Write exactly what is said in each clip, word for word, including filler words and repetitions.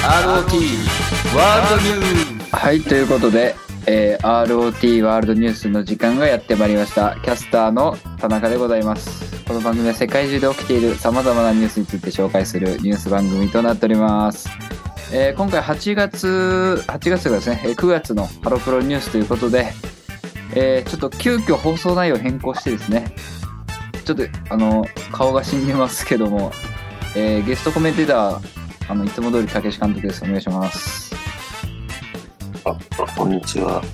アールオーティー ワールドニュース。はい、ということで、えー、アールオーティー ワールドニュースの時間がやってまいりました。キャスターの田中でございます。この番組は世界中で起きている様々なニュースについて紹介するニュース番組となっております。えー、今回はちがつはちがつがですね、くがつのハロプロニュースということで、えー、ちょっと急遽放送内容を変更してですね、ちょっとあの顔が死んでますけども、えー、ゲストコメンテーター、あのいつも通り武志監督です。お願いします。 あ、こんにちは。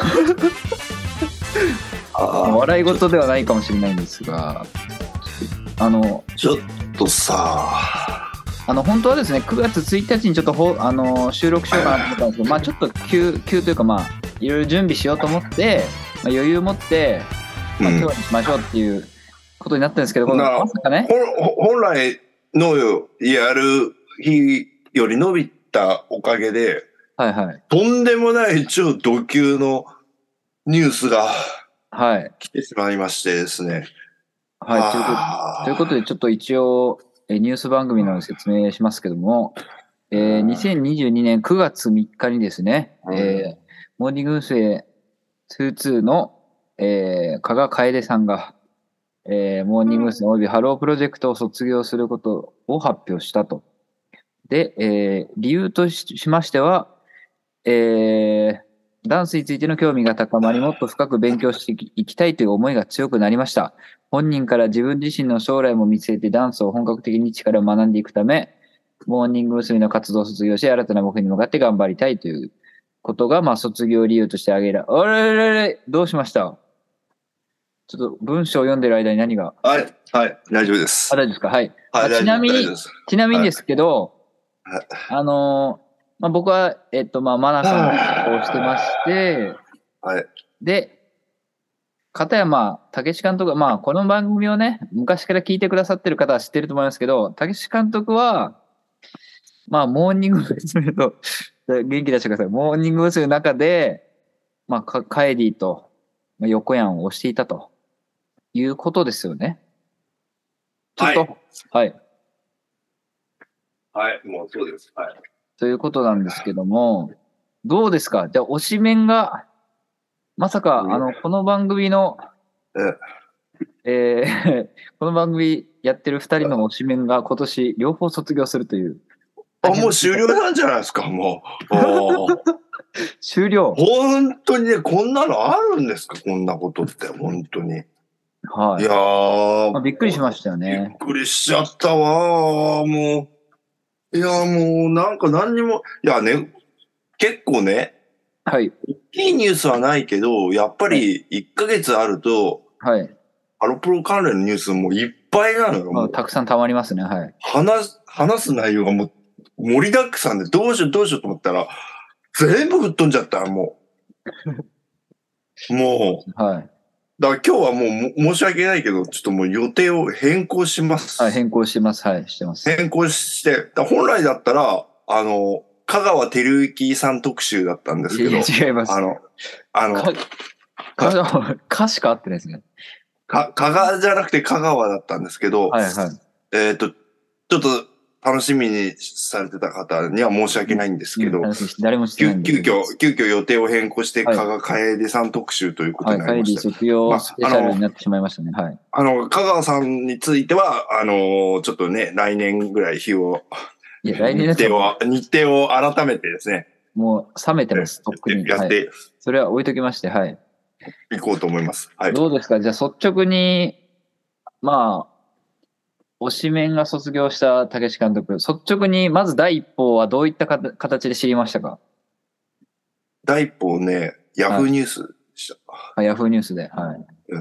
あ笑い事ではないかもしれないんですが、あのちょっとさあの本当はですねくがつついたちにちょっとほあの収録しようかなと思ったんですけど、まあちょっと急急というか、まあいろいろ準備しようと思って、まあ、余裕持って、まあ、今日にしましょうっていうことになったんですけど、うん、まさかね、 本来のやる日より伸びたおかげで、 はいはい、 とんでもない超ド級のニュースが来てしまいましてですね。 はい、はい、ということで、ということでちょっと一応ニュース番組の説明しますけども、えー、にせんにじゅうにねんくがつみっかにですね、うん、えー、モーニング娘。にじゅうにの、えー、加賀楓さんが、えー、モーニング娘。およびハロープロジェクトを卒業することを発表したと。で、えー、理由としましては、えー、ダンスについての興味が高まり、もっと深く勉強していきたいという思いが強くなりました。本人から自分自身の将来も見据えてダンスを本格的に力を学んでいくため、モーニング娘。の活動を卒業し、新たな目標に向かって頑張りたいということが、まあ、卒業理由として挙げられ、あれれれ、どうしました？ちょっと文章を読んでる間に何が。 はい、はい、大丈夫です。 あ、大丈夫ですか？はい。 はい、 ちなみに、ちなみにですけど、 はい、 あのー、まあ、僕は、えっと、まあ、マナさんをしてまして、 はい。 で、片山武史監督は、まあ、この番組をね、昔から聞いてくださってる方は知ってると思いますけど、武史監督は、まあ、モーニング娘。と、元気出してください。モーニング娘。の中で、まあ、カエリーと横山を推していたということですよね。ちょっと、はい。 はい、はい、もうそうです。はい。 ということなんですけども、どうですか？じゃあ、推しメンが、まさか、あの、この番組の、えー、この番組やってる二人の推しメンが今年両方卒業するという。 あ、もう終了なんじゃないですか、もう。 終了。 本当にね、こんなのあるんですか、こんなことって、本当に。 はい。 いやー、 まあ、びっくりしましたよね。 びっくりしちゃったわー、もう。いやーもう、なんか何にも、いやね、結構ね、 はい。 大きいニュースはないけど、やっぱりいっかげつあると、 はい。 ハロプロ関連のニュースもいっぱいなのよ。 まあ、たくさん溜まりますね、はい。 話す、話す内容がもう盛りだくさんで、どうしようどうしようと思ったら、全部吹っ飛んじゃったもう。もう。 はい。 だから今日はもう申し訳ないけど、ちょっともう予定を変更します。 はい、変更します。はい、してます。 変更して、本来だったら、あの、香川照之さん特集だったんですけど。いや、違います。 あの、あの、 香川、歌しか合ってないですね。 か、香川じゃなくて香川だったんですけど、 はいはい。 えっと、ちょっと楽しみにされてた方には申し訳ないんですけど、うん、 誰もしてないんで。 急遽、急遽予定を変更して、香川楓さん特集ということになりました。 はい、楓卒業スペシャルになってしまいましたね。はい。 あの、香川さんについては、あの、ちょっとね、来年ぐらい日を、 いや、来年日程を、日程を改めてですね。 もう冷めてます、とっくに。 やって、はい、 それは置いときまして、はい。 行こうと思います。はい。 どうですか？じゃあ率直に、まあ、推しメンが卒業した武史監督、率直にまず第一報はどういったか形で知りましたか？ 第一報ね、ヤフーニュースでした。 はい、ヤフーニュースで、はい。うん、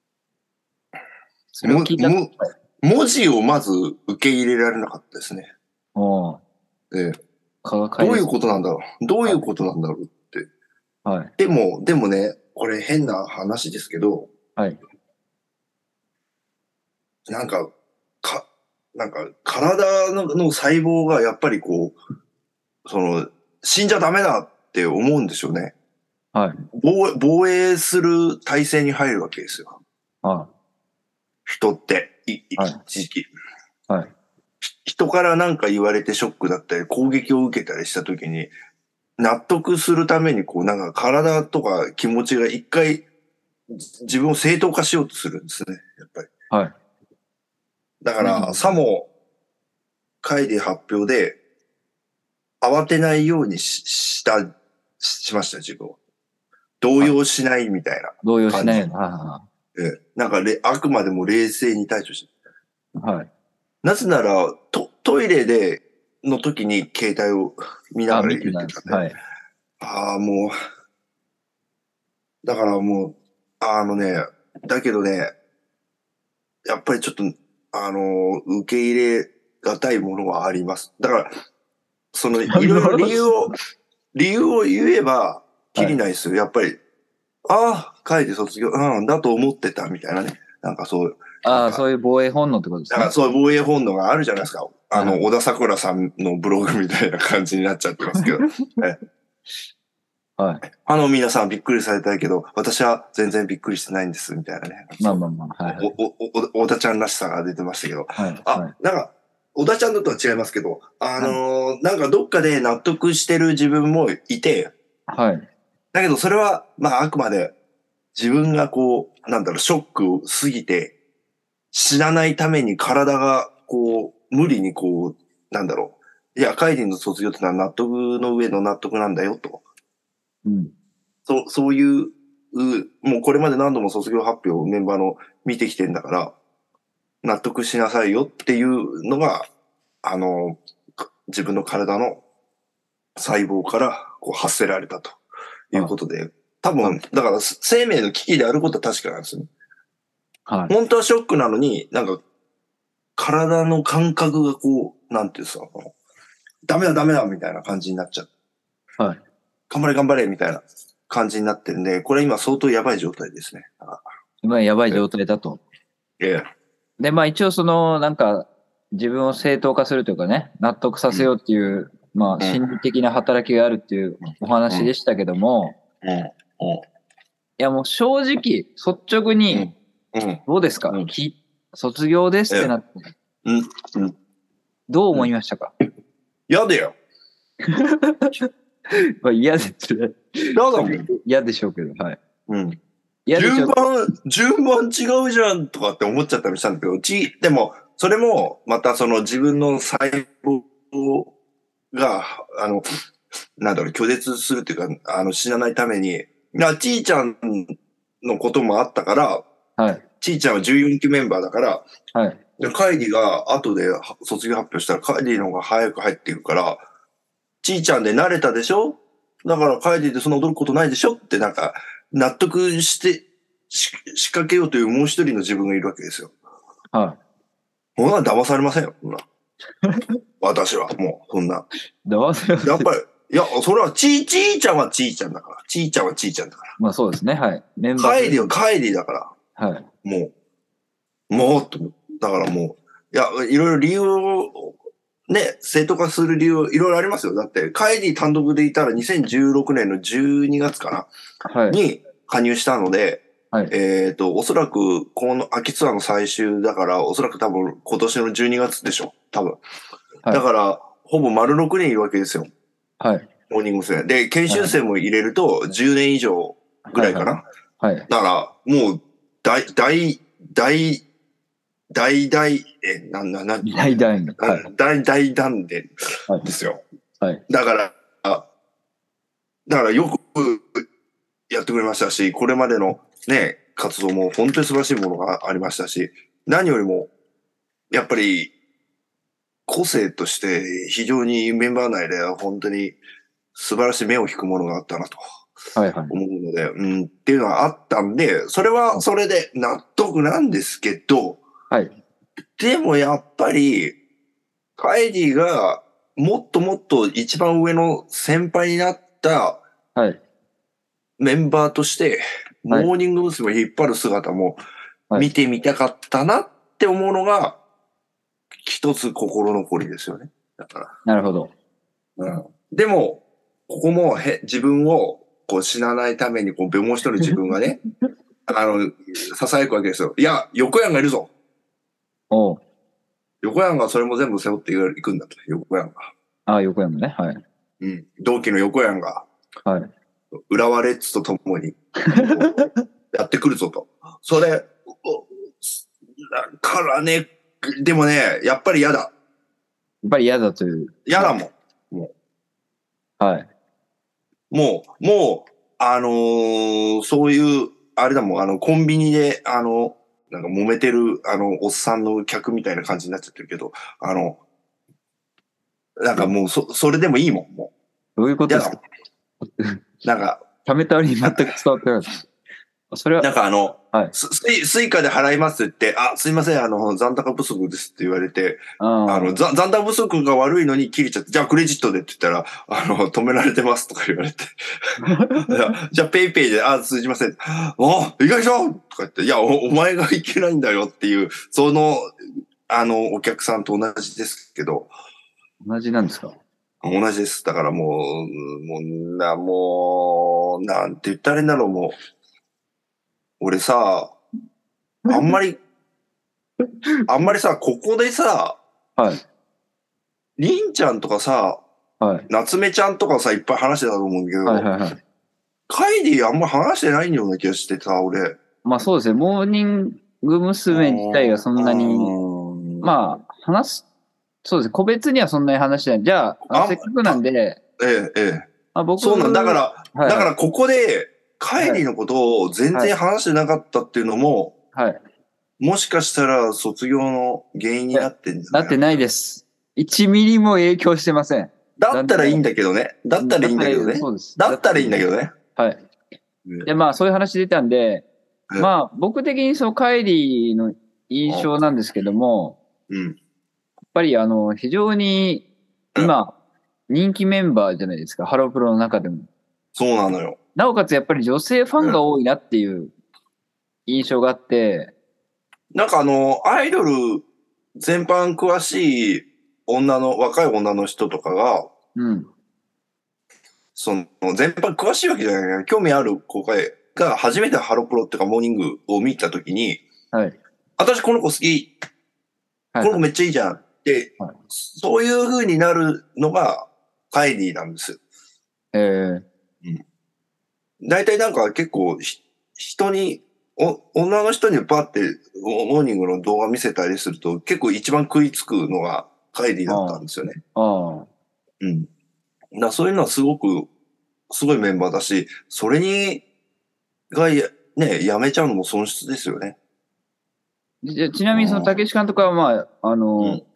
それを聞いたも文字をまず受け入れられなかったですね。 おええ、どういうことなんだろうどういうことなんだろうって。 はい。 でも、でもね、これ変な話ですけど、 はい。 なんか、か、なんか、体 の, の細胞がやっぱりこう、その、死んじゃダメだって思うんですよね。 はい。 防、防衛する体制に入るわけですよ。 はい。 人って、い、 はい、 一時期。 はい。 人から何か言われてショックだったり、攻撃を受けたりしたときに、納得するために、こう、なんか体とか気持ちが一回、自分を正当化しようとするんですね、やっぱり。 はい。 だから、さも、会で発表で、慌てないようにしした、しました、自分は。動揺しないみたいな。 動揺しないよな。 えなんかれ、あくまでも冷静に対処して。 はい。 なぜなら、ト、トイレで、の時に携帯を見なあ、 がら見てない言ってたんで。 はい。 ああ、もう、だからもう、あのね、だけどね、やっぱりちょっと、あの、受け入れがたいものはあります。だから、その、いろいろ理由を、理由を言えば、きりないですよ。やっぱり、ああ、会で卒業、うん、だと思ってたみたいなね。なんかそう、 ああ、そういう防衛本能ってことですね。 だからそういう防衛本能があるじゃないですか。あの、 はい小田桜さんのブログみたいな感じになっちゃってますけど。えはい。 あの、皆さんびっくりされたけど、私は全然びっくりしてないんです、みたいなね。 まあまあまあ、はい、はい。 お、お、お、小田ちゃんらしさが出てましたけど。 はい。 あ、 はい、 なんか、小田ちゃんのとは違いますけど、あのー、なんかどっかで納得してる自分もいて、 はい。 だけどそれは、まああくまで自分がこう、なんだろう、ショックを過ぎて、死なないために体がこう、無理にこう、なんだろう。いや、カイリンの卒業ってのは納得の上の納得なんだよと。 うん。 そう、そういう、もうこれまで何度も卒業発表メンバーの見てきてんだから、納得しなさいよっていうのが、あの、自分の体の細胞からこう発せられたということで、多分、だから生命の危機であることは確かなんですよね。 はい。 本当はショックなのに、なんか、体の感覚がこう、なんていうんですか、ダメだダメだみたいな感じになっちゃう。 はい。 頑張れ頑張れみたいな感じになってるんで、これ今相当やばい状態ですね。 今やばい状態だと。 ええ。 で、まあ一応その、なんか、自分を正当化するというかね、納得させようっていう、うん、まあ心理的な働きがあるっていうお話でしたけども、 うん。うん。うん。 いやもう正直、率直に、どうですか、うん、き卒業ですってなって、 うん。うん。 どう思いましたか？ 嫌だよ。 まあ嫌ですね。 嫌だもん。 嫌でしょうけど、はい。 うん。順番、順番違うじゃんとかって思っちゃったりしたんだけど、ち、でも、それも、またその自分の細胞が、あの、なんだろう、拒絶するっていうか、あの、死なないために、ちいちゃんのこともあったから、 はい。 ちいちゃんはじゅうよんきメンバーだから、 はい。 でカイリが後で卒業発表したら、カイリの方が早く入っていくから、ちいちゃんで慣れたでしょ？だからカイリでそんな驚くことないでしょってなんか、納得してし仕掛けようというもう一人の自分がいるわけですよ。 はい。 ほんな騙されませんよ、ほんな。私は、もう、そんな。 騙されません。 やっぱり、いや、それは、ちい、ちいちゃんはちいちゃんだから。ちいちゃんはちいちゃんだから。 まあそうですね、はい。 メンバー。カイリはカイリだから。 はい。 もう、もうっと、だからもう、いや、いろいろ理由を、ね、正当化する理由、いろいろありますよ。だって、カイリ単独でいたらにせんじゅうろくねんのじゅうにがつかな、はい、に加入したので、はい、えっと、おそらく、この秋ツアーの最終だから、おそらく多分今年のじゅうにがつでしょ。多分。はい、だから、ほぼ丸ろくねんいるわけですよ。はい。モーニング娘。で、研修生も入れるとじゅうねん以上ぐらいかな。はい。はいはい、だから、もう、大、大、大、大大、え、なんな、なん大大、 はい、大大断伝ですよ。はい。はい、だから、だからよくやってくれましたし、これまでのね、活動も本当に素晴らしいものがありましたし、何よりも、やっぱり、個性として非常にメンバー内では本当に素晴らしい目を引くものがあったなと思うので、はいはい、うん、っていうのがあったんで、それはそれで納得なんですけど、はい、でもやっぱり、カイリーがもっともっと一番上の先輩になったメンバーとして、はい、モーニング娘。を引っ張る姿も見てみたかったなって思うのが、一つ心残りですよね。だから。 なるほど。 うん。でも、ここもへ自分をこう死なないために、こう、もう一人自分がね、あの、囁くわけですよ。いや、横山がいるぞ。 おう。 横山がそれも全部背負っていくんだと、横山が。 ああ、横山ね。はい。 うん。同期の横山が、 はい。 浦和レッズとともに、やってくるぞと。それ、だからね、でもね、やっぱり嫌だ。やっぱり嫌だという。 嫌だもん。もう。はい。 もう、もう、あのー、そういう、あれだもん、あの、コンビニで、あの、なんか揉めてる、あの、おっさんの客みたいな感じになっちゃってるけど、あの、なんかもう、そ、それでもいいもん、もう。どういうことですか？ なんか、 ためたわりに全く伝わってないです。それは、 なんかあの、 はい、 スイ、スイカで払いますって言って、あ、すいません、あの、残高不足ですって言われて、ああの、残高不足が悪いのに切れちゃって、じゃあクレジットでって言ったら、あの、止められてますとか言われて。じゃあペイペイで、あ、通じません。あ、意外ととか言って、いやお、お前がいけないんだよっていう、その、あの、お客さんと同じですけど。 同じなんですか？ 同じです。だからもう、もう、な、もう、なんて言ったらいいんだろう、もう。俺さ、あんまり、あんまりさ、ここでさ、 はい。 りんちゃんとかさ、 はい。 夏目ちゃんとかさ、いっぱい話してたと思うんだけど、 はいはいはい。 カイリーあんま話してないような気がしてさ、俺。 まあそうですね。モーニング娘。自体がそんなに、まあ、話す、そうですね。個別にはそんなに話してない。じゃあ、あせっかくなんで、 ええ、ええ。 あ僕そうなんだから、 はいはい、 だからここで、カイリーのことを全然話してなかったっていうのも、 はい。 もしかしたら卒業の原因になってんじゃない？ なってないです。いちミリも影響してません。 だったらいいんだけどね。だったらいいんだけどね。 そうです。 だったらいいんだけどね。 はい。で、まあ、そういう話出たんで、まあ、僕的にそのカイリーの印象なんですけども、 うん。やっぱりあの、非常に今、人気メンバーじゃないですか、ハロプロの中でも。 そうなのよ。 なおかつやっぱり女性ファンが多いなっていう印象があって、 なんかあの、アイドル全般詳しい女の、若い女の人とかが、 うん。 その、全般詳しいわけじゃないけど、興味ある子が初めてハロプロっていうかモーニングを見たときに、 はい。 私この子好き。この子めっちゃいいじゃんって、はい、そういう風になるのがカイリーなんですよ。 えー、 うん。大体なんか結構人に、お、女の人にパってモーニングの動画見せたりすると結構一番食いつくのがカイリーだったんですよね。 ああ。 うん。だそういうのはすごく、すごいメンバーだし、それに、がや、ね、やめちゃうのも損失ですよね。 ちなみにその武志監督はまあ、あの、うんうん、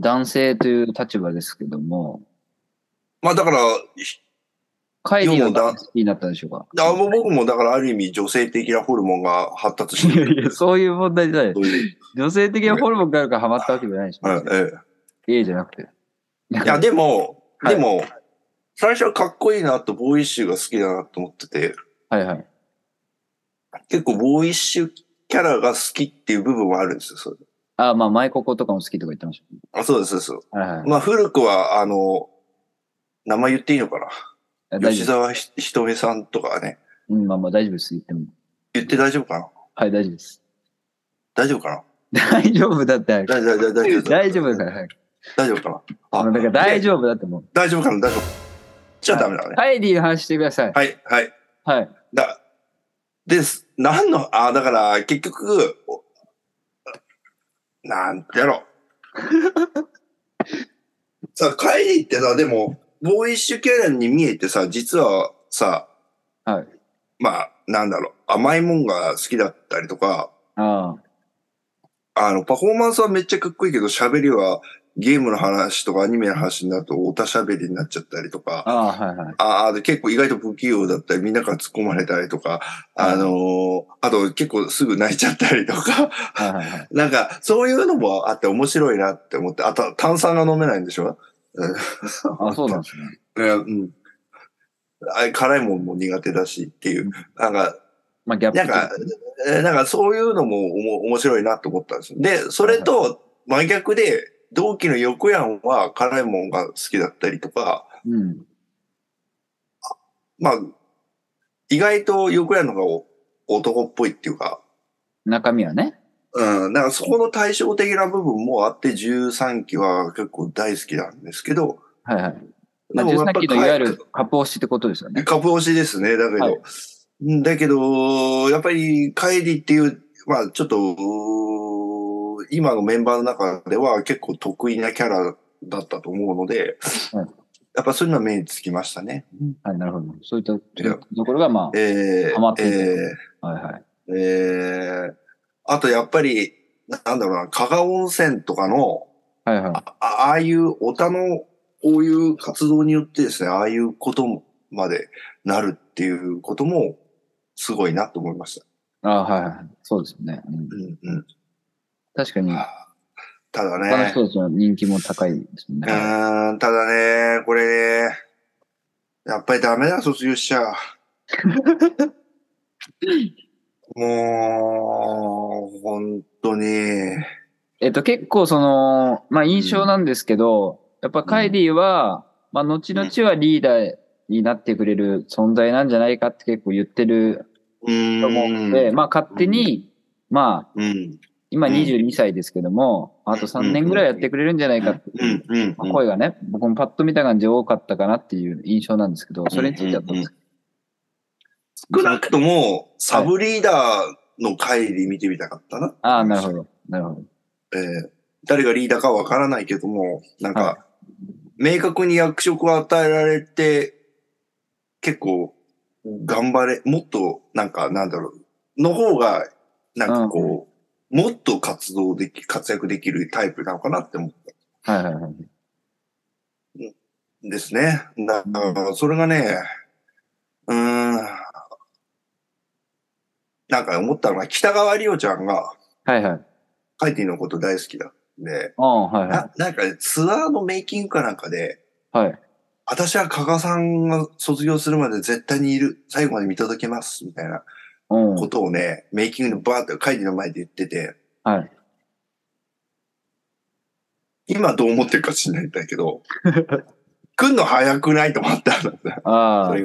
男性という立場ですけども。 まあだから、 カイリーは好きになったでしょうか？ あ僕もだからある意味女性的なホルモンが発達してる。 いやいや、そういう問題じゃない。女性的なホルモンがあるからハマったわけじゃないでしょ。ええ。A じゃなくて。 いや、でも、はい、でも、最初はかっこいいなと、ボーイッシュが好きだなと思ってて。 はいはい。 結構ボーイッシュキャラが好きっていう部分はあるんですよ、それ。 ああ、まあ、マイココとかも好きとか言ってました、 ね。あ、そうです、そうです。 はいはい、 まあ、古くは、あの、名前言っていいのかな。吉沢ひとめさんとかね。 うん、まあまあ大丈夫です、言っても。 言って大丈夫かな？ はい、大丈夫です。 大丈夫かな大丈夫だって。 大丈夫、大丈夫。 大丈夫だから。 大丈夫かな？ あ、だから大丈夫だってもう。 大丈夫かな？大丈夫。じゃあダメだね。 カイリーの話してください。 はい、はい。 はい。 だ、です。何の、あ、だから結局、なんてやろう。さ、カイリーってさ、でも、ボーイッシュキャラに見えてさ、実はさ、 はい。 まあ、なんだろう、甘いもんが好きだったりとか、 ああ。あの、パフォーマンスはめっちゃかっこいいけど、喋りはゲームの話とかアニメの話になると、おたしゃべりになっちゃったりとか、 ああ、はいはい。 ああ、で結構意外と不器用だったり、みんなから突っ込まれたりとか、あのー、あと結構すぐ泣いちゃったりとか、はいはいはい、なんか、そういうのもあって面白いなって思って、あと炭酸が飲めないんでしょ？ あ、そうなんですね。 うん。あれ、辛いもんも苦手だしっていう、なんか、 まあ、ギャップなんか、なんかそういうのもおも面白いなと思ったんですよ。で、それと真逆で、同期の横山は辛いもんが好きだったりとか、うん、まあ、意外と横山の方が男っぽいっていうか。 中身はね。 うん。だからそこの対照的な部分もあって、じゅうさんきは結構大好きなんですけど。 はいはい。まあ、じゅうさんきのいわゆるカップ押しってことですよね。 カップ押しですね。だけど、はい、だけど、やっぱりカイリっていう、まあちょっと、今のメンバーの中では結構得意なキャラだったと思うので、はい、やっぱそういうのは目につきましたね。 はい、なるほど。そういったところが、まあ、えー、ハマっていた、えー、はいはい。 えー、あとやっぱり、なんだろうな、加賀温泉とかの、はいはい、あ, ああいうおたの、こういう活動によってですね、ああいうことまでなるっていうことも、すごいなと思いました。 ああ、はいはい。そうですよね。うん、うんうん。確かに。 ただね。 他の人たちの人気も高いですもんね。 うん、ただね、これね、やっぱりダメだ、卒業しちゃう。もう、本当に。 えっと、結構その、まあ印象なんですけど、うん、やっぱカイリーは、まあ後々はリーダーになってくれる存在なんじゃないかって結構言ってると思うので、まあ勝手に、まあ、今にじゅうにさいですけども、あとさんねんぐらいやってくれるんじゃないかっていう声がね、僕もパッと見た感じ多かったかなっていう印象なんですけど、それについてはどうですか？ 少なくとも、サブリーダーの帰り見てみたかったな。 ああ、なるほど。なるほど。 えー、誰がリーダーかわからないけども、なんか、はい、明確に役職を与えられて、結構、頑張れ、もっと、なんか、なんだろう、の方が、なんかこう、うん、もっと活動でき、活躍できるタイプなのかなって思った。はいはいはい。ですね。だから、それがね、うーん、なんか思ったのが、北川里央ちゃんが、はいはい。カイティのこと大好きだ。で、ああ、はいはい。な、なんか、ね、ツアーのメイキングかなんかで、はい。私は加賀さんが卒業するまで絶対にいる。最後まで見届けます。みたいなことをね、メイキングのバーってカイティの前で言ってて、はい。今どう思ってるか知らないんだけど、来んの早くないと思ったんだ。ああ。それ、うん。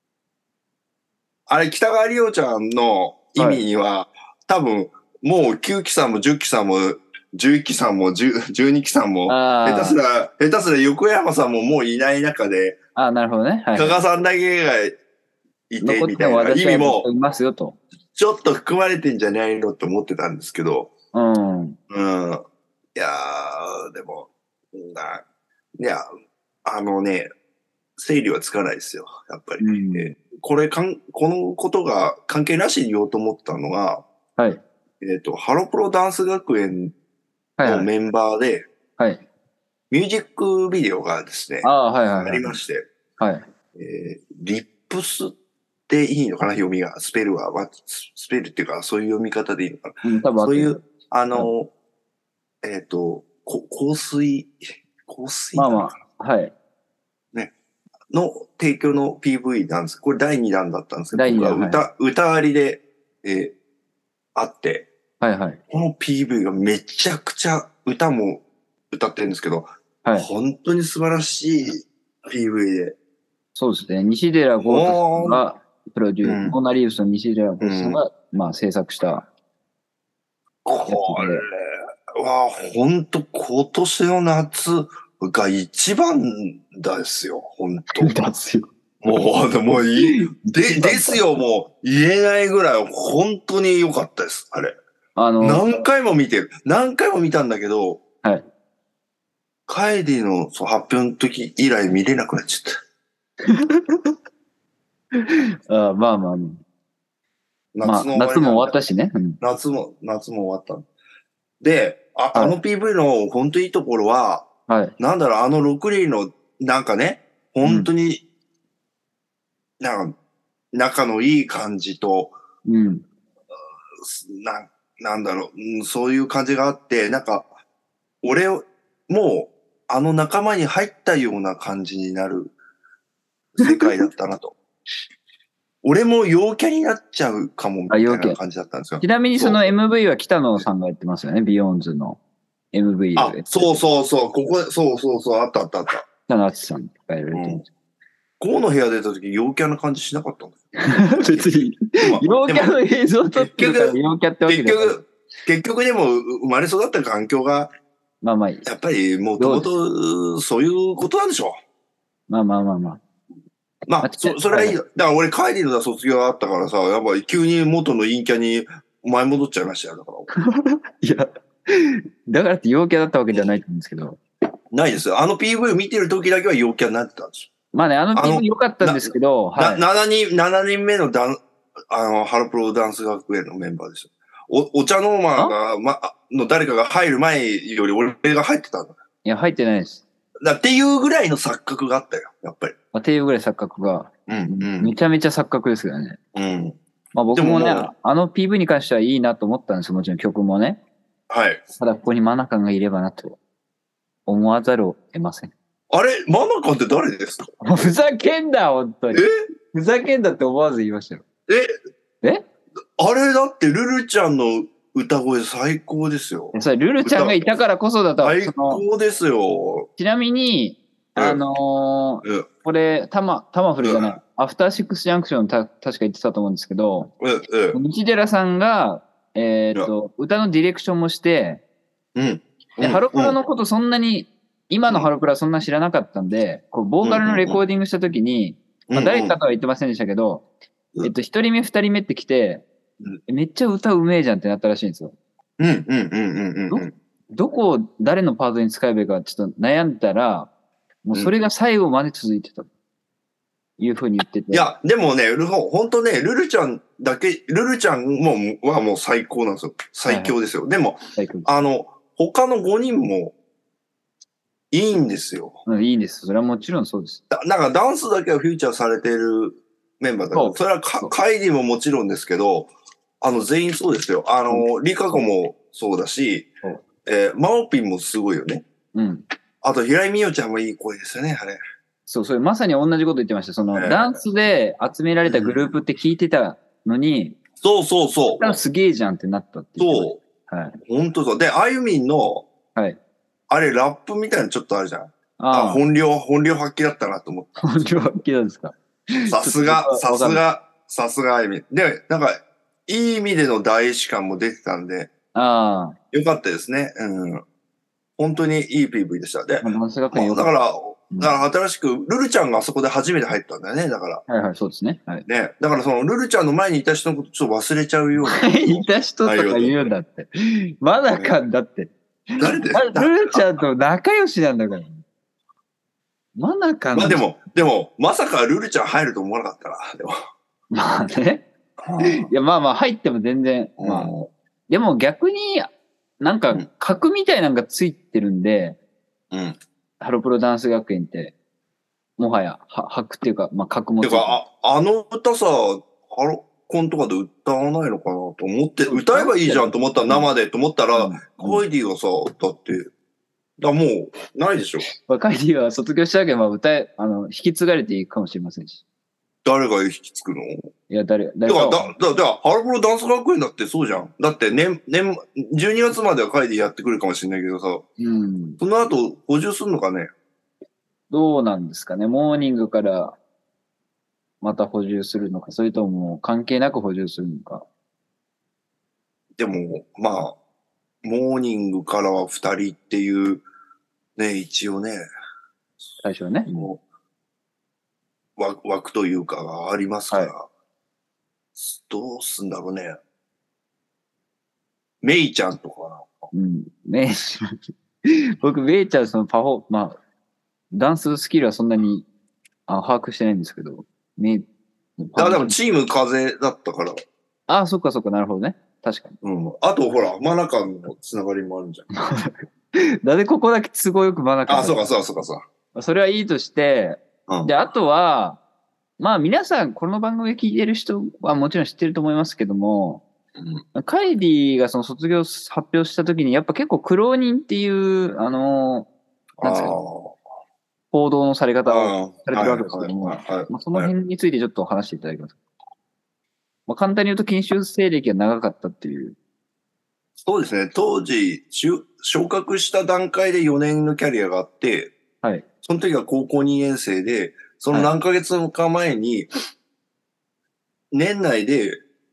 あれ、北川里央ちゃんの意味には、はい、多分、もうきゅうきさんもじゅっきさんもじゅういっきさんもじゅうにきさんも、下手すら、下手すら横山さんももういない中で、 ああ、なるほどね。 はい、加賀さんだけがいて、みたいな意味も、 いますよと。 ちょっと含まれてんじゃないのと思ってたんですけど、うん。うん。いやー、でも、な、いや、あのね、整理はつかないですよ、やっぱり。うん、これかん、このことが関係なしに言おうと思ったのが、はい。えっと、ハロプロダンス学園のメンバーで、はい。はい、ミュージックビデオがですね、あ、はいはいはい、ありまして、はい。えー、リップスっていいのかな、読みが。スペルは、スペルっていうか、そういう読み方でいいのかな。うん、多分そういう、あの、はい、えっと、香水、香水なのかな。まあまあ、はい。ね。の提供の ピーブイ なんです。これだいにだんだったんですけど、僕は歌、はい、歌ありで、えー、あって、はいはい。この ピーブイ がめちゃくちゃ歌も歌ってるんですけど、はい、本当に素晴らしい ピーブイ で。そうですね。西寺豪太さんがプロデュース、うん、モナリウスの西寺豪太さんが、うん、まあ制作した。これは本当今年の夏が一番ですよ、本当。ですよ。もう、もういい、で、ですよ、もう言えないぐらい本当に良かったです、あれ。あの、何回も見てる。何回も見たんだけど、はい。カイディのそう発表の時以来見れなくなっちゃった。ああ、まあまあ、夏の、まあ、夏も終わったしね。うん、夏も、夏も終わった。で、あ、はい、あの ピーブイ の本当いいところは、はい。なんだろう、あのろくりんの、なんかね、本当に、うん、なんか、仲のいい感じと、うん。な、なんだろう、うん、そういう感じがあって、なんか、俺、もう、あの仲間に入ったような感じになる世界だったなと。俺も陽キャになっちゃうかも、みたいな感じだったんですよ。ちなみにその エムブイ は北野さんがやってますよね、ビヨーンズの エムブイ を。あ、そうそうそう、ここ、そうそうそう、あったあったあった。北野敦さんがやられてます。こうの部屋出た時陽キャな感じしなかったんですよ。別に。陽キャの映像を撮ってるから陽キャってわけじゃない。結局、 結局でも生まれ育った環境が、 まあまあ、 やっぱりもともとそういうことなんでしょう。まあまあまあまあ。 まあ、そ、それはいいよ。だから俺、カイリの卒業があったからさ、やっぱり急に元の陰キャに前戻っちゃいましたよ、だから。 いや、だからって陽キャだったわけじゃないと思うんですけど。 ないですよ。あの ピーブイ を見てる時だけは陽キャになってたんですよ。 まあね、あの ピーブイ 良かったんですけど、 はい。な、ななにん、ななにんめのダン、あの、ハロプロダンス学園のメンバーですよ。お、お茶の間が、ま、の誰かが入る前より俺が入ってたんだ。 いや、入ってないです。 だっていうぐらいの錯覚があったよ、やっぱり。 っていうぐらい錯覚が。 うん、うん。 めちゃめちゃ錯覚ですけどね。 うん。 まあ僕もね、もあの ピーブイ に関してはいいなと思ったんですよ、もちろん曲もね。 はい。 ただここにマナカンがいればなと思わざるを得ません。 あれマナカンって誰ですか？ ふざけんな、本当に。えふざけんなって思わず言いましたよ。 ええあれだってルルちゃんの歌声最高ですよ。 それルルちゃんがいたからこそだと。 最高ですよ。 ちなみに、あのー、これ、タマ、タマフルじゃない、アフターシックスジャンクションた確か言ってたと思うんですけど、道寺さんが、えっと、歌のディレクションもして、 うん。 で、ハロプロのことそんなに、今のハロプロはそんな知らなかったんで、こうボーカルのレコーディングしたときに、まあ、誰かとは言ってませんでしたけど、えっと、一人目二人目って来て、めっちゃ歌うめえじゃんってなったらしいんですよ。 うんうんうんうんうん。 どこを誰のパートに使えばいいかちょっと悩んだら、もうそれが最後まで続いてた。いうふうに言ってて。 いや、でもね、ほんとね、ルルちゃんだけ、ルルちゃんもはもう最高なんですよ。最強ですよ。はいはい、でも、あの、他のごにんもいいんですよ。 うん、いいんです。それはもちろんそうです。 だなんかダンスだけはフューチャーされてるメンバーだけど、それはかカイリももちろんですけど、あの、全員そうですよ。あの、リカコもそうだし、えー、マオピンもすごいよね。 うん。 あと、平井美桜ちゃんもいい声ですよね、あれ。 そう、それまさに同じこと言ってました。その、えー、ダンスで集められたグループって聞いてたのに、うん、 そうそうそう。 すげえじゃんってなったってそう。はい。本当そう。で、あゆみんの、はい。あれ、ラップみたいなちょっとあるじゃん。ああ、本領、本領発揮だったなと思った。 本領発揮なんですか。 さすが、さすが、さすがあゆみん。で、なんか、いい意味での大使感も出てたんで、ああ。よかったですね。うん。本当にいい ピーブイ でした。で、まあ、だから、だから新しく、ルルちゃんがあそこで初めて入ったんだよね、だから。 はいはい、そうですね。はい。 ね。だからその、ルルちゃんの前にいた人のことちょっと忘れちゃうような。 前にいた人とか言うんだって。まだかんだって。 誰でルルちゃんと仲良しなんだから。まだかんまあでも、でも、まさかルルちゃん入ると思わなかったな、でも。 まあね。いや、まあまあ入っても全然、まあ。でも逆に、なんか、格みたいなのがついてるんで、うん。ハロプロダンス学園って、もはや、は、白っていうか、まあ、格もついてる。 てか、あ、あの歌さ、ハロコンとかで歌わないのかなと思って、歌えばいいじゃんと思ったら、生でと思ったら、うん、カイディがさ、だって、だもう、ないでしょ。 カイディは卒業したわけは歌え、あの、引き継がれていくかもしれませんし。 誰が引き継ぐの？いや、誰、 誰か。だから、だ、だ、ハロプロダンス学園だってそうじゃん。だって年、年、じゅうにがつまではカイディやってくるかもしれないけどさ、うん。その後、補充するのかね？ どうなんですかね。モーニングからまた補充するのか、それとも関係なく補充するのか。 でも、まあ、モーニングからはふたりっていう、ね、一応ね。 最初はね。 もう枠、枠というかがありますから、はい、どうすんだろうね。メイちゃんとかな。うん。メイちゃん。僕、メイちゃんそのパフォー、まあ、ダンススキルはそんなにあ把握してないんですけど、メイ、 あ、でもチーム風だったから。 ああ、そっかそっか、なるほどね。確かに。 うん。あと、ほら、マナカンのつながりもあるんじゃん。 なんでここだけ都合よくマナカン。 あ、そうか、そうか、そうか、そうか。それはいいとして、うん、で、あとは、まあ皆さんこの番組聞いてる人はもちろん知ってると思いますけども、うん、カイディがその卒業発表した時にやっぱ結構苦労人っていう、あの、なんですか、報道のされ方をされてるわけですけども、その辺についてちょっと話していただきます。まあ、簡単に言うと研修生歴が長かったっていう。 そうですね。当時、昇格した段階でよねんのキャリアがあって、はい。その時は高校にねん生で、その何ヶ月か前に、年内で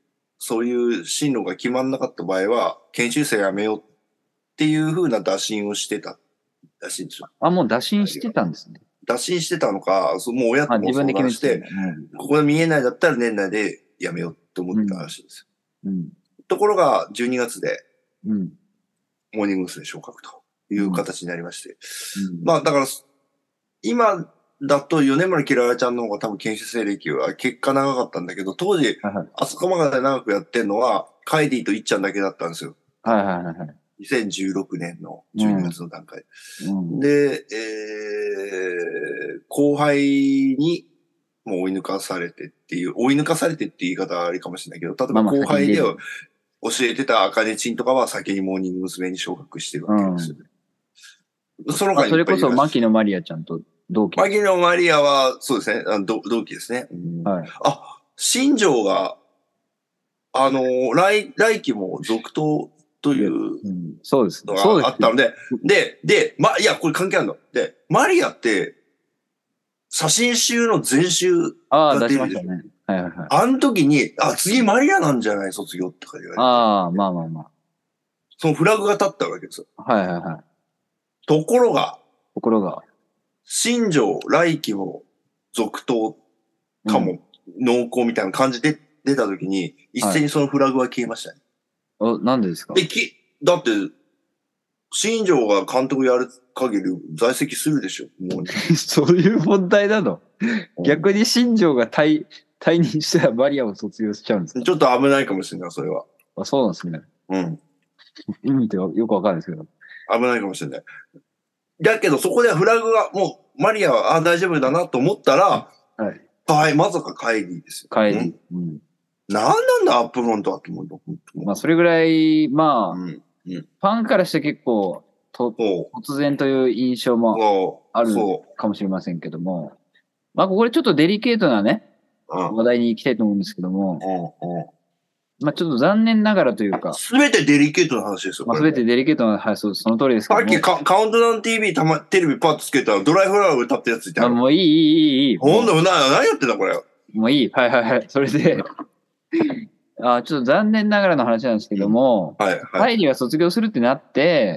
そういう進路が決まんなかった場合は、研修生やめようっていう風な打診をしてたらしいんですよ。 あ、もう打診してたんですね。 打診してたのか、そうもう親とも相談して、うん、ここで見えないだったら年内でやめようって思ったらしいんですよ。うんうん、ところが、じゅうにがつで、うん、モーニング娘。昇格という形になりまして。うんうん、まあ、だから、今だと米村きららちゃんの方が多分研修生歴は結果長かったんだけど、当時、はいはい、あそこまで長くやってんのは、カイディとイッちゃんだけだったんですよ。 はいはいはい。 にせんじゅうろくねんのじゅうにがつの段階。うん、で、えー、後輩にもう追い抜かされてっていう、追い抜かされてっていう言い方はありかもしれないけど、例えば後輩で教えてたアカネチンとかは先にモーニング娘。に昇格してるわけですよね。 うん、その他にそれこそ牧野マリアちゃんと同期。 牧野マリアは、そうですね、同同期ですね。うん、はい、あ、新庄が、あの、来、来期も続投というそうですのがあったので、で、で、ま、いや、これ関係あるの。で、マリアって、写真集の全集が出るでしょ。ああ、出しましたね。はいはいはい。あの時に、あ、次マリアなんじゃない卒業とか言われて。 ああ、まあまあまあ。 そのフラグが立ったわけですよ。 はいはいはい。 ところが、 ところが、 新庄、来期も続投かも、濃厚みたいな感じで出た時に、一斉にそのフラグは消えましたね。 はい、なんでですか？ で、き、だって、新庄が監督やる限り在籍するでしょ、もう。 そういう問題なの？逆に新庄が退、退任したらマリアを卒業しちゃうんですか？ ちょっと危ないかもしれない、それは。 あ、そうなんですね。 うん。 意味ってよくわかんないですけど。 危ないかもしれない。だけど、そこでフラグが、もう、マリアは、あ、大丈夫だなと思ったら、はい。はい、まさかカイリーですよ。 カイリー。うん。 なんなんだ、アップフロントはって思うの。 まあ、それぐらい、まあ、うんうん、ファンからして結構、と突然という印象もあるかもしれませんけども、まあ、ここでちょっとデリケートなね、話題に行きたいと思うんですけども、うんうん、まあ、ちょっと残念ながらというか。 すべてデリケートな話ですよ。 まあ、すべてデリケートな、はい、そう、その通りですけども。 さっきカカウントダウン ティーブイ たま、テレビパッとつけたらドライフラワー歌ったやついたよ。あ、もういい、いい、いい、いい。 ほんと、な、何やってんだ、これ。 もういい。はいはいはい。それで、あ、ちょっと残念ながらの話なんですけども、うん、はい、はい。カイリーが卒業するってなって、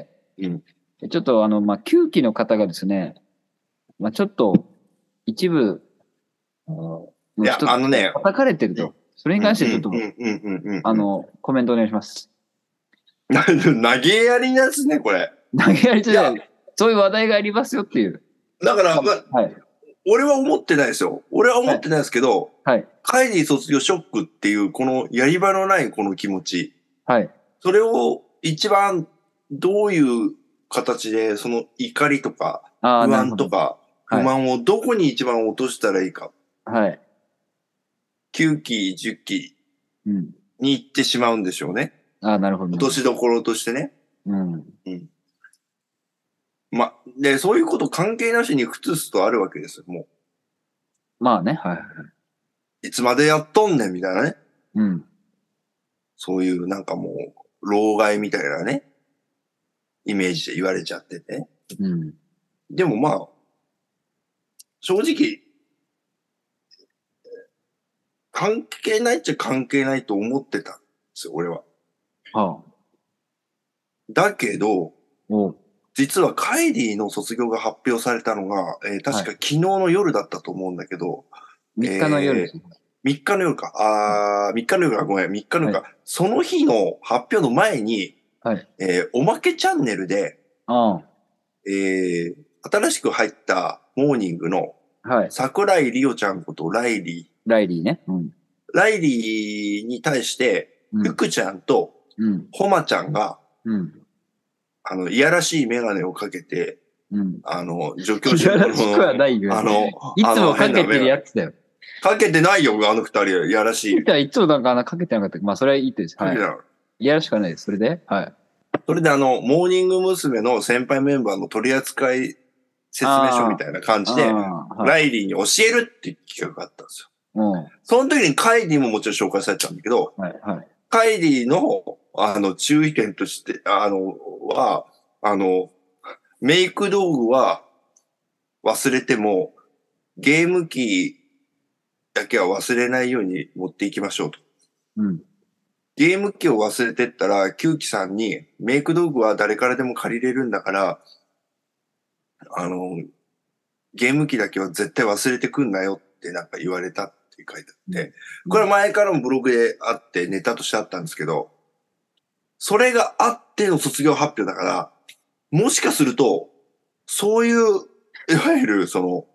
うん、ちょっとあの、まあ、きゅうきの方がですね、まあ、ちょっと、一部、 いや、あのね、 叩かれてると。それに関してちょっと、あの、コメントお願いします。 投げやりなんですね、これ。 投げやりじゃない。そういう話題がありますよっていう。 だから、まあ、はい。俺は思ってないですよ。俺は思ってないですけど、はい。カイリー卒業ショックっていう、このやり場のないこの気持ち。はい。それを一番どういう形で、その怒りとか、不安とか、不満をどこに一番落としたらいいか。はい。きゅうき、じゅっきに行ってしまうんでしょうね。 ああ、なるほど、ね。 落としどころとしてね。うん。うん。ま、で、そういうこと関係なしにふつふつとあるわけですよ、もう。 まあね、はいはい。 いつまでやっとんねん、みたいなね。うん。そういうなんかもう、老害みたいなね、イメージで言われちゃってて。うん。でもまあ、正直、関係ないっちゃ関係ないと思ってたんですよ、俺は。はあ。だけど、実はカイリーの卒業が発表されたのが、えー、確か昨日の夜だったと思うんだけど、 みっかの夜ですね。 みっかの夜か。あー、みっかの夜か、ごめん、みっかの夜か。はい、その日の発表の前に、はい、えー、おまけチャンネルで、あえー、新しく入ったモーニングの、はい、桜井里央ちゃんことライリー。 ライリーね。うん、 ライリーに対して、福ちゃんと、ホマちゃんが、うん、あの、いやらしいメガネをかけて、うん、あの、助教授の、いやらしくはないよ。あの、いつもかけてるやつだよ。 かけてないよ、あの二人は。いやらしい。 いつもなんかあかけてなかった。まあ、それはいいです。はい。いやらしくはないです。それではい。 それであの、モーニング娘。の先輩メンバーの取扱説明書みたいな感じで、はい、ライリーに教えるっていう企画があったんですよ。うん、その時にカイリーももちろん紹介されたんだけど、はいはい、カイリーの、あの、注意点として、あの、は、あの、メイク道具は忘れても、ゲーム機だけは忘れないように持っていきましょうと。うん。 ゲーム機を忘れてったら、キューキさんに、メイク道具は誰からでも借りれるんだから、あの、ゲーム機だけは絶対忘れてくんなよってなんか言われたって書いてあって、うん、これは前からもブログであってネタとしてあったんですけど、それがあっての卒業発表だから、もしかすると、そういう、いわゆるその、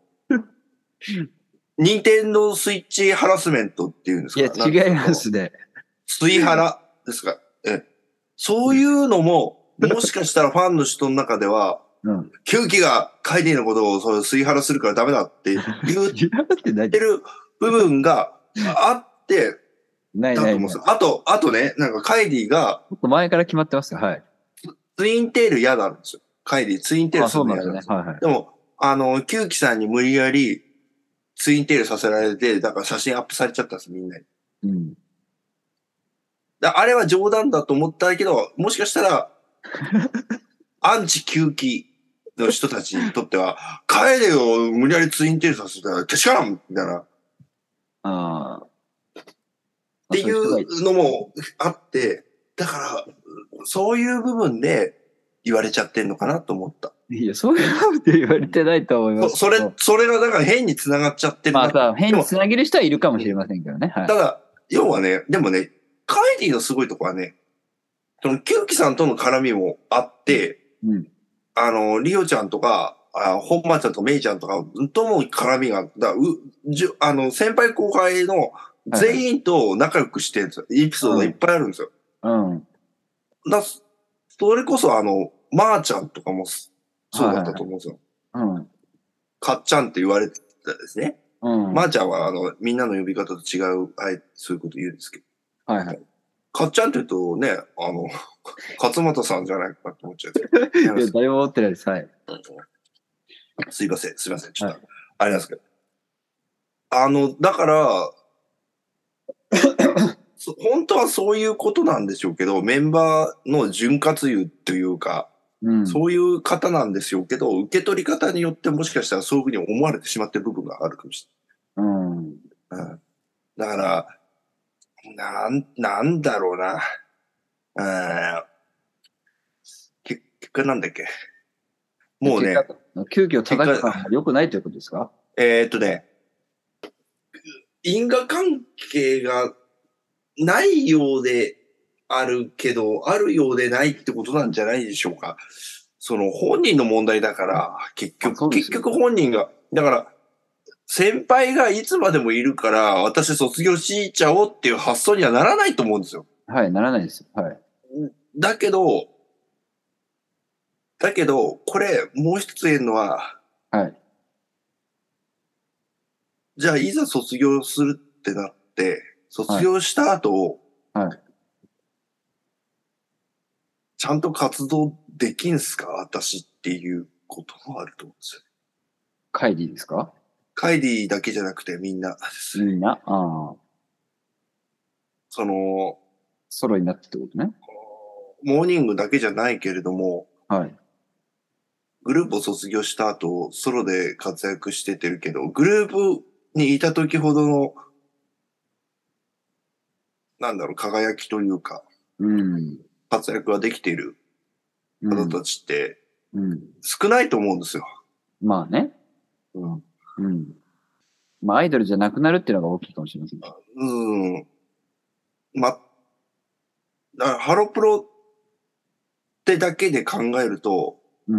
任天堂スイッチハラスメントっていうんですか？ いや、違いますね。 スイハラですか？え、そういうのも、もしかしたらファンの人の中では、うん、キューキがカイディのことをそう吸い腹するからダメだって言ってる部分があって、 ないないない。 あと、あとね、なんかカイディが、 もっと前から決まってますよ。はい。 ツインテール嫌なんですよ。カイディ、ツインテールするの嫌なんですよ。 はいはい、 でも、あの、キューキさんに無理やりツインテールさせられて、だから写真アップされちゃったんです、みんなに。うん。あれは冗談だと思ったけど、もしかしたら、アンチ吸気の人たちにとっては、帰れよ、無理やりツインテールさせたら、けしからんみたいな。ああ。っていうのもあって、だから、そういう部分で言われちゃってんのかなと思った。 いや、そういう部分で言われてないと思います。 それ、それがだから変に繋がっちゃってるな。まあさ、変に繋げる人はいるかもしれませんけどね。 はい、ただ、要はね、でもね、カイディのすごいとこはね、その、キューキさんとの絡みもあって、うん、あの、リオちゃんとか、あ本間ちゃんとメイちゃんとかとも絡みが、だうじゅあの、先輩後輩の全員と仲良くしてるんですよ。はいはい、エピソードがいっぱいあるんですよ。うん。だそれこそあの、まーちゃんとかもそうだったと思うんですよ。はいはい、うん。かっちゃんって言われてたですね。うん。まーちゃんはあの、みんなの呼び方と違う、あえそういうこと言うんですけど。はいはい。かっちゃんって言うとね、あの、勝俣さんじゃないかなと思っちゃう。 いや、誰も思ってないです。はい。 すいません、すいません。ちょっと、はい、あれなんですけど。あの、だから、本当はそういうことなんでしょうけど、メンバーの潤滑油というか、うん、そういう方なんですよけど、受け取り方によってもしかしたらそういうふうに思われてしまってる部分があるかもしれない。うんうん、だから、なん、なんだろうな。うん結果なんだっけ。もうね。 急遽叩くのは良くないということですか？ えー、っとね、因果関係がないようであるけど、あるようでないってことなんじゃないでしょうか。その本人の問題だから、結局、結局本人が、だから、先輩がいつまでもいるから、私卒業しちゃおうっていう発想にはならないと思うんですよ。 はい、ならないですよ。はい。 だけど、だけど、これ、もう一つ言えるのは、はい。じゃあ、いざ卒業するってなって、卒業した後、はい。はい、ちゃんと活動できんすか私っていうこともあると思うんですよ。 カイディですか？ カイディだけじゃなくてみんなです。 みんなああ。 その、 ソロになってってことね。 モーニングだけじゃないけれども、はい。グループを卒業した後、ソロで活躍しててるけど、グループにいた時ほどの、なんだろう、輝きというか、うん、活躍ができている方たちって、うん、少ないと思うんですよ。 まあね。うん。うん。まあ、アイドルじゃなくなるっていうのが大きいかもしれません。 うん。ま、ハロプロってだけで考えると、うん。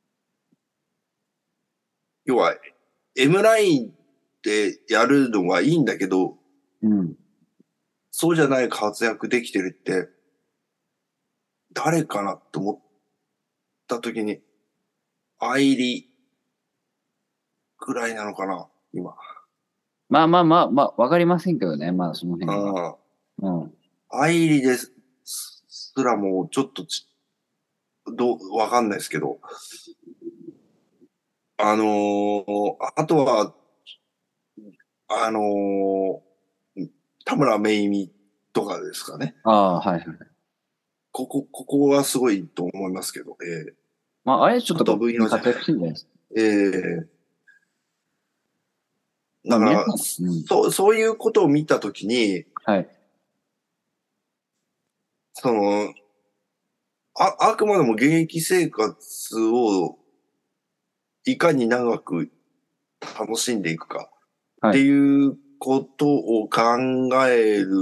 要は、M ラインでやるのはいいんだけど、うん。そうじゃない活躍できてるって、誰かなと思った時に、愛理くらいなのかな、今。 まあまあまあまあ、わかりませんけどね、まあその辺は。 うん。愛理ですすらもうちょっとち、どう、わかんないですけど、あのー、あとは、あのー、田村めいみとかですかね。 ああ、はいはい。 ここ、ここはすごいと思いますけど、ええー。 まあ、あれちょっと活躍してんじゃないですか。 ええー。だから、まあうん、そう、そういうことを見たときに、はい。 その、あ、あくまでも現役生活をいかに長く楽しんでいくかっていうことを考える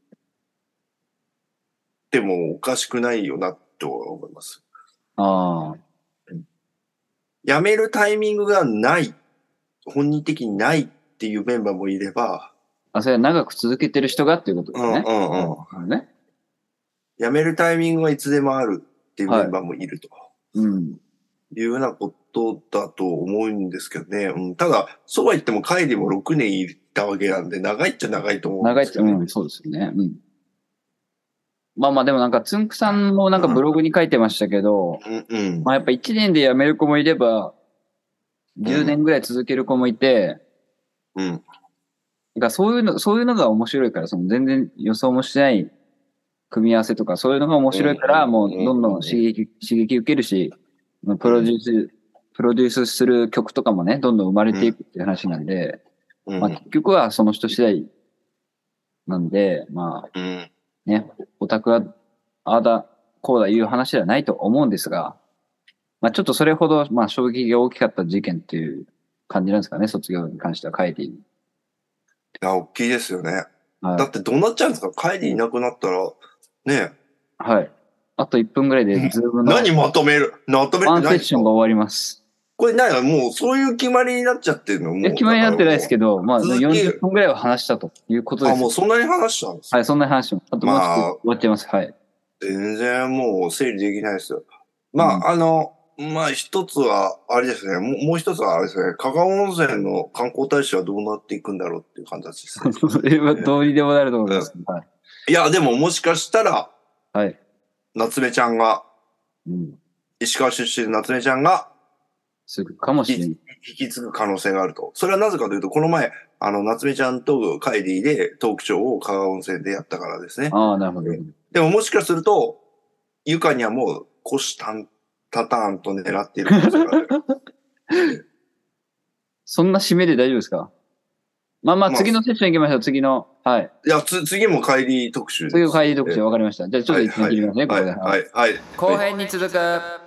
でもおかしくないよなとは思います。 ああ。 辞めるタイミングがない、本人的にないっていうメンバーもいれば。 あ、それは長く続けてる人がっていうことですね。 うんうんうん。ね、辞めるタイミングはいつでもあるっていうメンバーもいると。はい、うん。いうようなことだと思うんですけどね。うん、ただ、そうは言ってもカイリもろくねんいたわけなんで、長いっちゃ長いと思うんですけど、ね。 長いっちゃ、うん、そうですよね。うん。まあまあでもなんかつんくさんもなんかブログに書いてましたけど、うんうん、まあやっぱいちねんで辞める子もいれば、じゅうねんぐらい続ける子もいて、うん。だからそういうの、そういうのが面白いから、その全然予想もしない組み合わせとか、そういうのが面白いから、もうどんどん刺激、刺激受けるし、プロデュース、プロデュースする曲とかもね、どんどん生まれていくっていう話なんで、うん、まあ結局はその人次第なんで、まあ、うんね、オタクは、ああだ、こうだいう話ではないと思うんですが、まあちょっとそれほど、まあ衝撃が大きかった事件っていう感じなんですかね、卒業に関しては、カイリー。いや、大きいですよね。はい、だってどうなっちゃうんですか、カイリーいなくなったら、ね。 はい。あといっぷんぐらいで、ズームの。 何まとめるまとめるワンセッションが終わります。 これ何もうそういう決まりになっちゃってるのもう。 いや、決まりになってないですけど、まあよんじゅっぷんぐらいは話したということです。 あ、もうそんなに話したんですか。 はい、そんなに話します。あともうちょっと終わっちゃいます。はい。 全然もう整理できないですよ。まあ、うん、あの、まあ一つは、あれですね、もうもう一つはあれですね、香川温泉の観光大使はどうなっていくんだろうっていう感じですね。 それはどうにでもなると思います。 はい、いや、でももしかしたら、 はい。 夏目ちゃんが、うん、石川出身の夏目ちゃんが、 すぐかもしれない。 引き継ぐ可能性があると。それはなぜかというと、この前、あの、夏目ちゃんとカイリーでトークショーを香川温泉でやったからですね。 ああ、なるほど。 でももしかすると、ゆかにはもう、虎視眈々と狙っている可能性がある。 そんな締めで大丈夫ですか？まあまあ、次のセッション行きましょう、次の。はい。 いや、つ、次も帰り特集です。 次も帰り特集、わかりました。じゃあちょっと一旦切りますね、ここで。 はい、はい。 後編に続く。